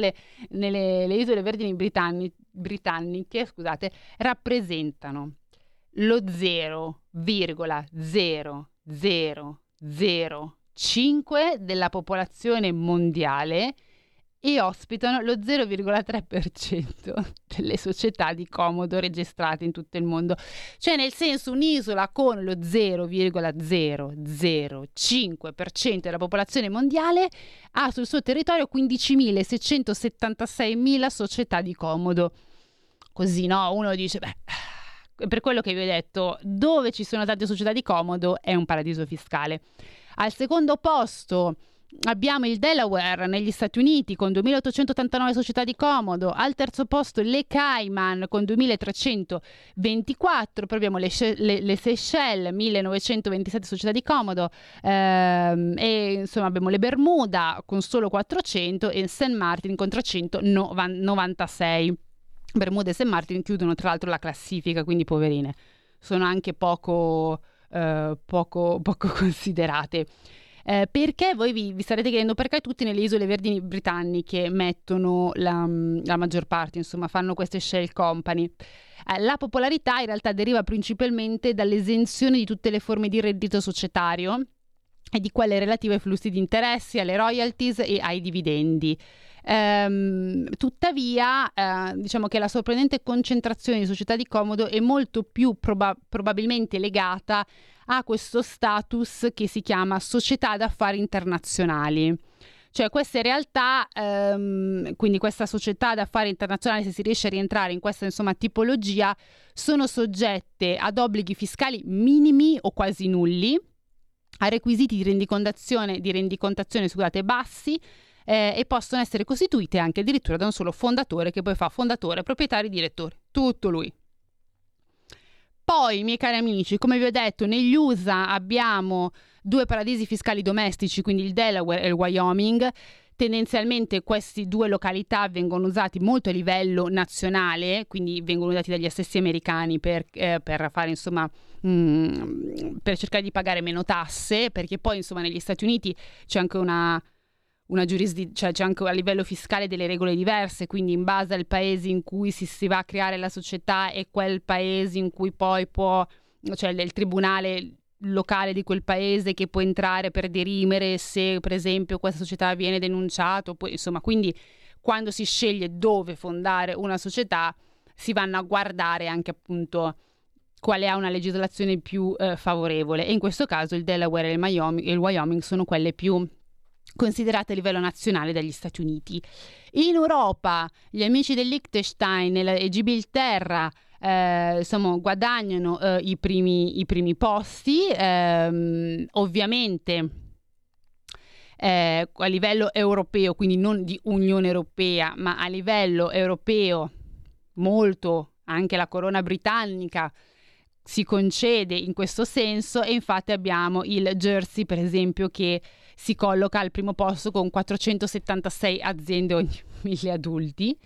Isole Vergini Britanniche, scusate, rappresentano lo 0,0005 della popolazione mondiale e ospitano lo 0,3% delle società di comodo registrate in tutto il mondo. Cioè, nel senso, un'isola con lo 0,005% della popolazione mondiale ha sul suo territorio 15.676.000 società di comodo. Così, no? Uno dice, per quello che vi ho detto, dove ci sono tante società di comodo è un paradiso fiscale. Al secondo posto abbiamo il Delaware negli Stati Uniti con 2.889 società di comodo. Al terzo posto le Cayman con 2.324. Poi abbiamo le Seychelles, 1.927 società di comodo, e insomma abbiamo le Bermuda con solo 400 e St. Martin con 396. Bermuda e St. Martin chiudono tra l'altro la classifica, quindi poverine, sono anche poco considerate. Perché voi vi starete chiedendo perché tutti nelle isole verdi britanniche mettono la maggior parte, insomma, fanno queste shell company. La popolarità in realtà deriva principalmente dall'esenzione di tutte le forme di reddito societario e di quelle relative ai flussi di interessi, alle royalties e ai dividendi. Tuttavia, diciamo che la sorprendente concentrazione di società di comodo è molto più probabilmente legata a questo status che si chiama società d'affari internazionali. Cioè queste realtà, quindi questa società d'affari internazionale, se si riesce a rientrare in questa insomma tipologia, sono soggette ad obblighi fiscali minimi o quasi nulli, a requisiti di rendicontazione bassi, e possono essere costituite anche addirittura da un solo fondatore, che poi fa fondatore, proprietario e direttore, tutto lui. Poi, miei cari amici, come vi ho detto, negli USA abbiamo 2 paradisi fiscali domestici, quindi il Delaware e il Wyoming. Tendenzialmente queste 2 località vengono usati molto a livello nazionale, quindi vengono usati dagli stessi americani per fare insomma per cercare di pagare meno tasse, perché poi insomma negli Stati Uniti c'è anche una cioè c'è anche a livello fiscale delle regole diverse, quindi in base al paese in cui si va a creare la società e quel paese in cui poi cioè il tribunale locale di quel paese che può entrare per dirimere se per esempio questa società viene denunciata, insomma, quindi quando si sceglie dove fondare una società si vanno a guardare anche appunto quale ha una legislazione più favorevole, e in questo caso il Delaware e il Wyoming sono quelle più considerate a livello nazionale dagli Stati Uniti. In Europa gli amici del Liechtenstein e Gibilterra insomma guadagnano i primi posti, ovviamente a livello europeo, quindi non di Unione Europea, ma a livello europeo molto anche la corona britannica si concede in questo senso, e infatti abbiamo il Jersey per esempio che si colloca al primo posto con 476 aziende ogni 1000 adulti.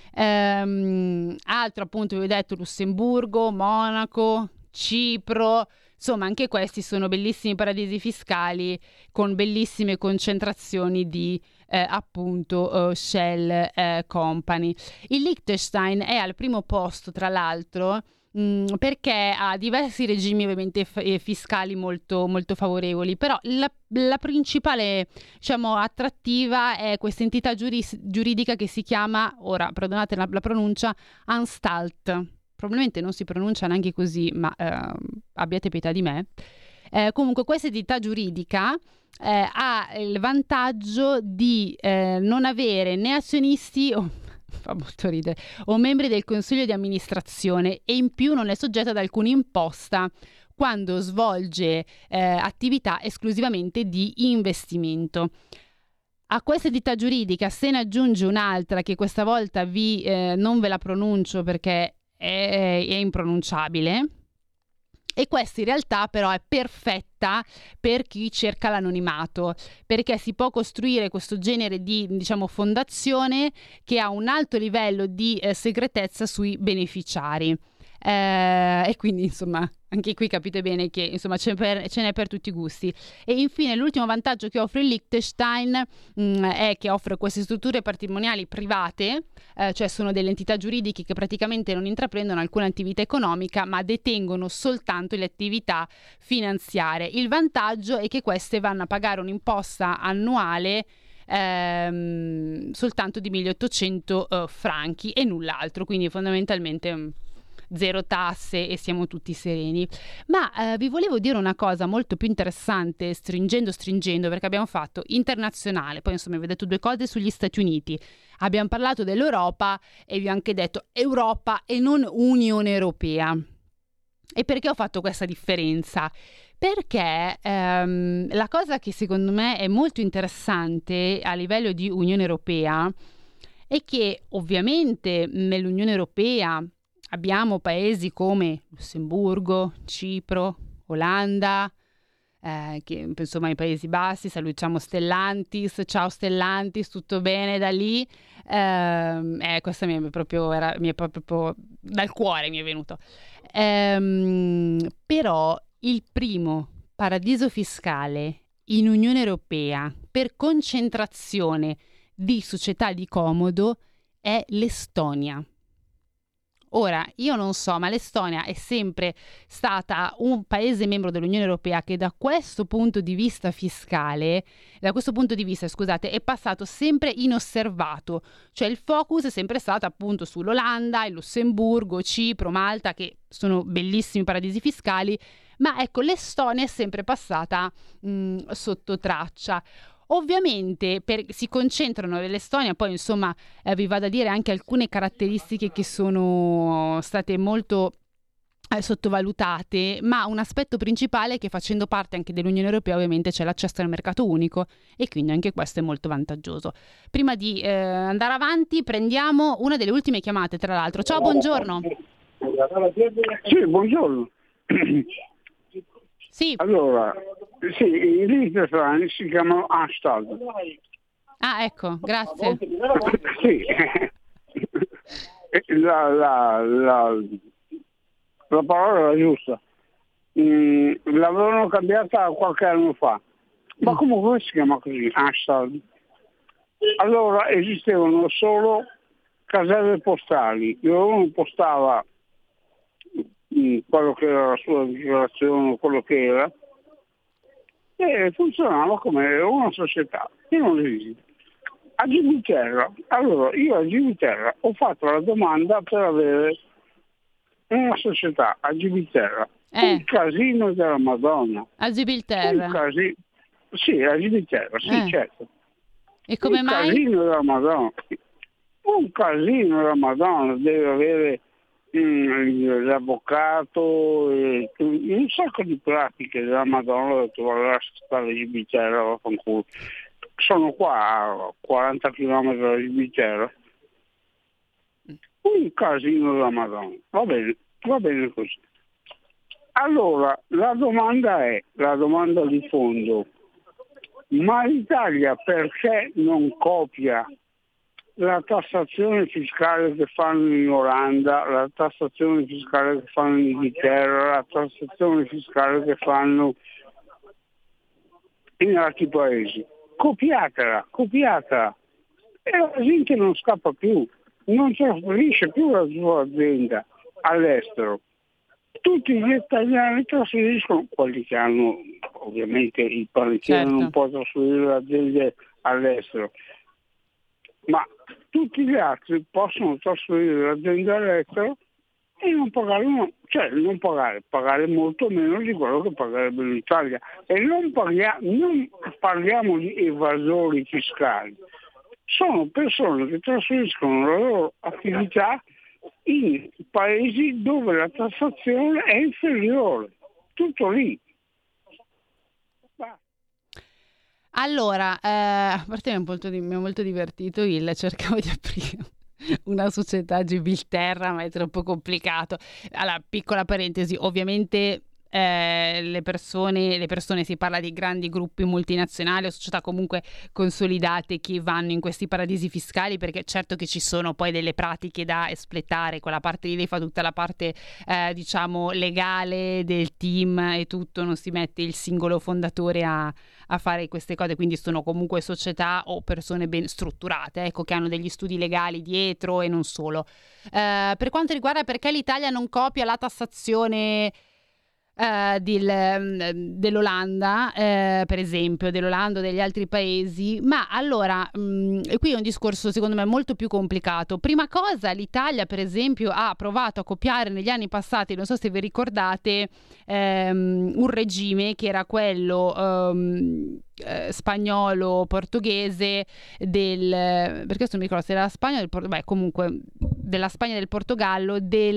Altro appunto vi ho detto Lussemburgo, Monaco, Cipro, insomma anche questi sono bellissimi paradisi fiscali con bellissime concentrazioni di appunto shell company. Il Liechtenstein è al primo posto tra l'altro perché ha diversi regimi ovviamente fiscali molto, molto favorevoli, però la principale diciamo attrattiva è questa entità giuridica che si chiama, ora perdonate la pronuncia, Anstalt. Probabilmente non si pronuncia neanche così, ma abbiate pietà di me. Comunque questa entità giuridica ha il vantaggio di non avere né azionisti fa molto ridere, o membri del consiglio di amministrazione, e in più non è soggetta ad alcuna imposta quando svolge attività esclusivamente di investimento. A questa entità giuridica se ne aggiunge un'altra che questa volta non ve la pronuncio perché è impronunciabile, e questa in realtà però è perfetta per chi cerca l'anonimato, perché si può costruire questo genere di diciamo fondazione che ha un alto livello di segretezza sui beneficiari. E quindi insomma anche qui capite bene che insomma ce n'è per tutti i gusti. E infine l'ultimo vantaggio che offre il Liechtenstein è che offre queste strutture patrimoniali private, cioè sono delle entità giuridiche che praticamente non intraprendono alcuna attività economica ma detengono soltanto le attività finanziarie. Il vantaggio è che queste vanno a pagare un'imposta annuale soltanto di 1800 franchi e null'altro, quindi fondamentalmente zero tasse e siamo tutti sereni. Ma vi volevo dire una cosa molto più interessante, stringendo, perché abbiamo fatto internazionale, poi insomma vi ho detto due cose sugli Stati Uniti, abbiamo parlato dell'Europa e vi ho anche detto Europa e non Unione Europea. E perché ho fatto questa differenza? Perché la cosa che secondo me è molto interessante a livello di Unione Europea è che ovviamente nell'Unione Europea abbiamo paesi come Lussemburgo, Cipro, Olanda, che insomma i Paesi Bassi, salutiamo Stellantis, ciao Stellantis, tutto bene da lì? Questo mi è proprio dal cuore mi è venuto. Però il primo paradiso fiscale in Unione Europea per concentrazione di società di comodo è l'Estonia. Ora, io non so, ma l'Estonia è sempre stata un paese membro dell'Unione Europea che da questo punto di vista fiscale, scusate, è passato sempre inosservato. Cioè il focus è sempre stato appunto sull'Olanda, il Lussemburgo, Cipro, Malta, che sono bellissimi paradisi fiscali, ma ecco, l'Estonia è sempre passata sotto traccia. Ovviamente si concentrano nell'Estonia, poi insomma vi vado a dire anche alcune caratteristiche che sono state molto sottovalutate, ma un aspetto principale è che facendo parte anche dell'Unione Europea ovviamente c'è l'accesso al mercato unico e quindi anche questo è molto vantaggioso. Prima di andare avanti prendiamo una delle ultime chiamate, tra l'altro. Ciao, buongiorno. Sì, buongiorno. Sì. Allora, sì, i Liechtenstein si chiamano Anstalt. Ah, ecco, grazie. Sì, la parola era giusta. L'avevano cambiata qualche anno fa, ma comunque si chiama così, Anstalt. Allora esistevano solo caselle postali, dove uno postava quello che era la sua dichiarazione, quello che era, e funzionava come una società che non esiste. A Gibilterra, allora io a Gibilterra ho fatto la domanda per avere una società a Gibilterra, un casino della Madonna. A Gibilterra? Sì, a Gibilterra, sì, certo. E come un mai? Casino della Madonna. Un casino della Madonna, deve avere l'avvocato, un sacco di pratiche della Madonna. Ho detto, guarda, stare in Gibilterra, vaffanculo. Sono qua a 40 km da Gibilterra. Un casino della Madonna. Va bene così. Allora, la domanda di fondo, ma l'Italia perché non copia la tassazione fiscale che fanno in Olanda, la tassazione fiscale che fanno in Inghilterra, la tassazione fiscale che fanno in altri paesi? Copiatela. E la gente non scappa più, non trasferisce più la sua azienda all'estero. Tutti gli italiani trasferiscono, quelli che hanno ovviamente il panettiere non può trasferire le aziende all'estero, ma tutti gli altri possono trasferire l'azienda all'estero e non pagare molto meno di quello che pagherebbero in Italia. E non parliamo di evasori fiscali, sono persone che trasferiscono la loro attività in paesi dove la tassazione è inferiore, tutto lì. Allora, a parte mi è molto divertito cercavo di aprire una società a Gibilterra, ma è troppo complicato. Allora, piccola parentesi, ovviamente le persone, si parla di grandi gruppi multinazionali o società comunque consolidate che vanno in questi paradisi fiscali, perché certo che ci sono poi delle pratiche da espletare, quella parte lì fa tutta la parte diciamo legale del team e tutto, non si mette il singolo fondatore a fare queste cose, quindi sono comunque società o persone ben strutturate, ecco, che hanno degli studi legali dietro e non solo. Per quanto riguarda perché l'Italia non copia la tassazione dell'Olanda, per esempio, dell'Olanda o degli altri paesi. Ma allora, e qui è un discorso secondo me molto più complicato. Prima cosa, l'Italia per esempio ha provato a copiare negli anni passati, non so se vi ricordate, un regime che era quello spagnolo portoghese perché questo non mi ricordo se era la Spagna o comunque della Spagna e del Portogallo,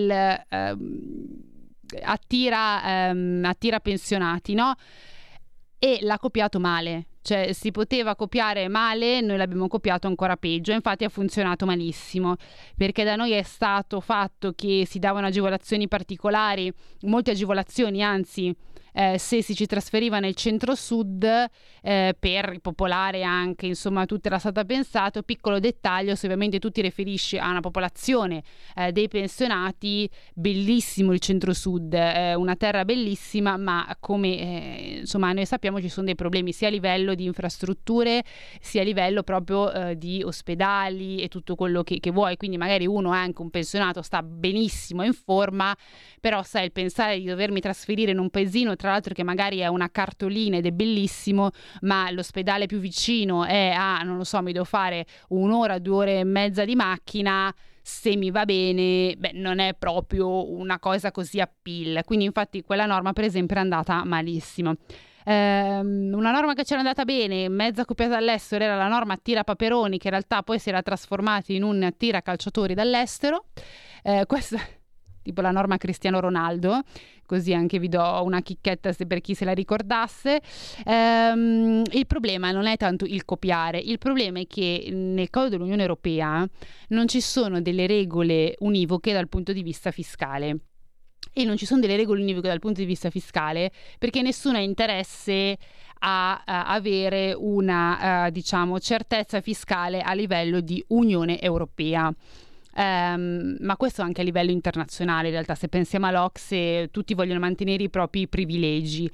attira pensionati, no? E l'ha copiato male, cioè si poteva copiare male, noi l'abbiamo copiato ancora peggio, infatti ha funzionato malissimo, perché da noi è stato fatto che si davano agevolazioni particolari, molte agevolazioni anzi, se si ci trasferiva nel centro-sud, per ripopolare anche, insomma, tutto era stato pensato. Piccolo dettaglio, se ovviamente tu ti riferisci a una popolazione dei pensionati, bellissimo il centro-sud, una terra bellissima, ma come insomma noi sappiamo ci sono dei problemi sia a livello di infrastrutture sia a livello proprio di ospedali e tutto quello che vuoi, quindi magari uno è anche un pensionato, sta benissimo in forma, però sai, il pensare di dovermi trasferire in un paesino, tra l'altro che magari è una cartolina ed è bellissimo, ma l'ospedale più vicino è non lo so, mi devo fare 1 ora, 2 ore e mezza di macchina, se mi va bene, non è proprio una cosa così appeal. Quindi infatti quella norma per esempio è andata malissimo. Una norma che c'era andata bene, mezza copiata dall'estero, era la norma tira Paperoni, che in realtà poi si era trasformata in un tira calciatori dall'estero. Questa tipo la norma Cristiano Ronaldo, così anche vi do una chicchetta per chi se la ricordasse. Il problema non è tanto il copiare, il problema è che nel Codice dell'Unione Europea non ci sono delle regole univoche dal punto di vista fiscale. E non ci sono delle regole univoche dal punto di vista fiscale perché nessuno ha interesse a avere una diciamo certezza fiscale a livello di Unione Europea. Ma questo anche a livello internazionale, in realtà, se pensiamo all'OCSE, tutti vogliono mantenere i propri privilegi.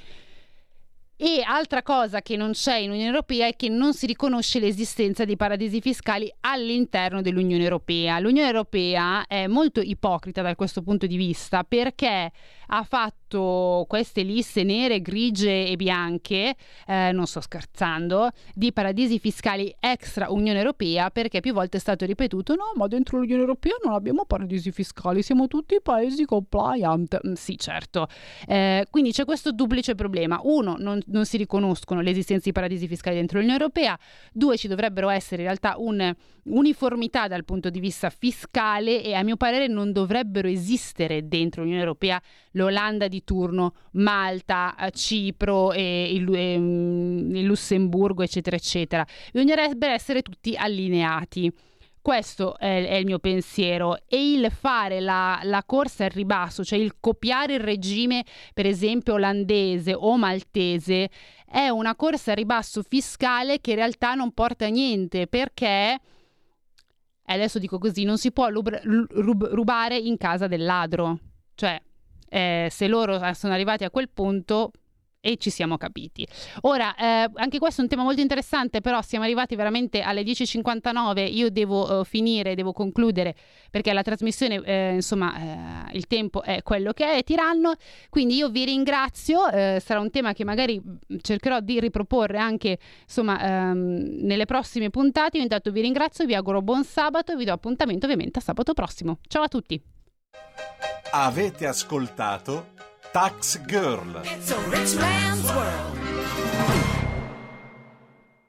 E altra cosa che non c'è in Unione Europea è che non si riconosce l'esistenza di paradisi fiscali all'interno dell'Unione Europea. L'Unione Europea è molto ipocrita da questo punto di vista perché ha fatto queste liste nere, grigie e bianche, non sto scherzando, di paradisi fiscali extra Unione Europea, perché più volte è stato ripetuto no, ma dentro l'Unione Europea non abbiamo paradisi fiscali, siamo tutti paesi compliant. Sì, certo. Quindi c'è questo duplice problema. Uno, non si riconoscono l'esistenza di paradisi fiscali dentro l'Unione Europea. 2, ci dovrebbero essere in realtà un'uniformità dal punto di vista fiscale e a mio parere non dovrebbero esistere dentro l'Unione Europea l'Olanda di turno, Malta, Cipro e il Lussemburgo, eccetera, eccetera. Bisognerebbe essere tutti allineati. Questo è il mio pensiero. E il fare la corsa al ribasso, cioè il copiare il regime, per esempio olandese o maltese, è una corsa al ribasso fiscale che in realtà non porta a niente, perché, adesso dico così, non si può rubare in casa del ladro. Cioè, se loro sono arrivati a quel punto... E ci siamo capiti. Ora, anche questo è un tema molto interessante, però siamo arrivati veramente alle 10:59, io devo finire, devo concludere, perché la trasmissione, insomma, il tempo è quello che è tiranno, quindi io vi ringrazio, sarà un tema che magari cercherò di riproporre anche, insomma, nelle prossime puntate. Io intanto vi ringrazio, vi auguro buon sabato e vi do appuntamento ovviamente a sabato prossimo. Ciao a tutti! Avete ascoltato Tax Girl. It's a rich man's world.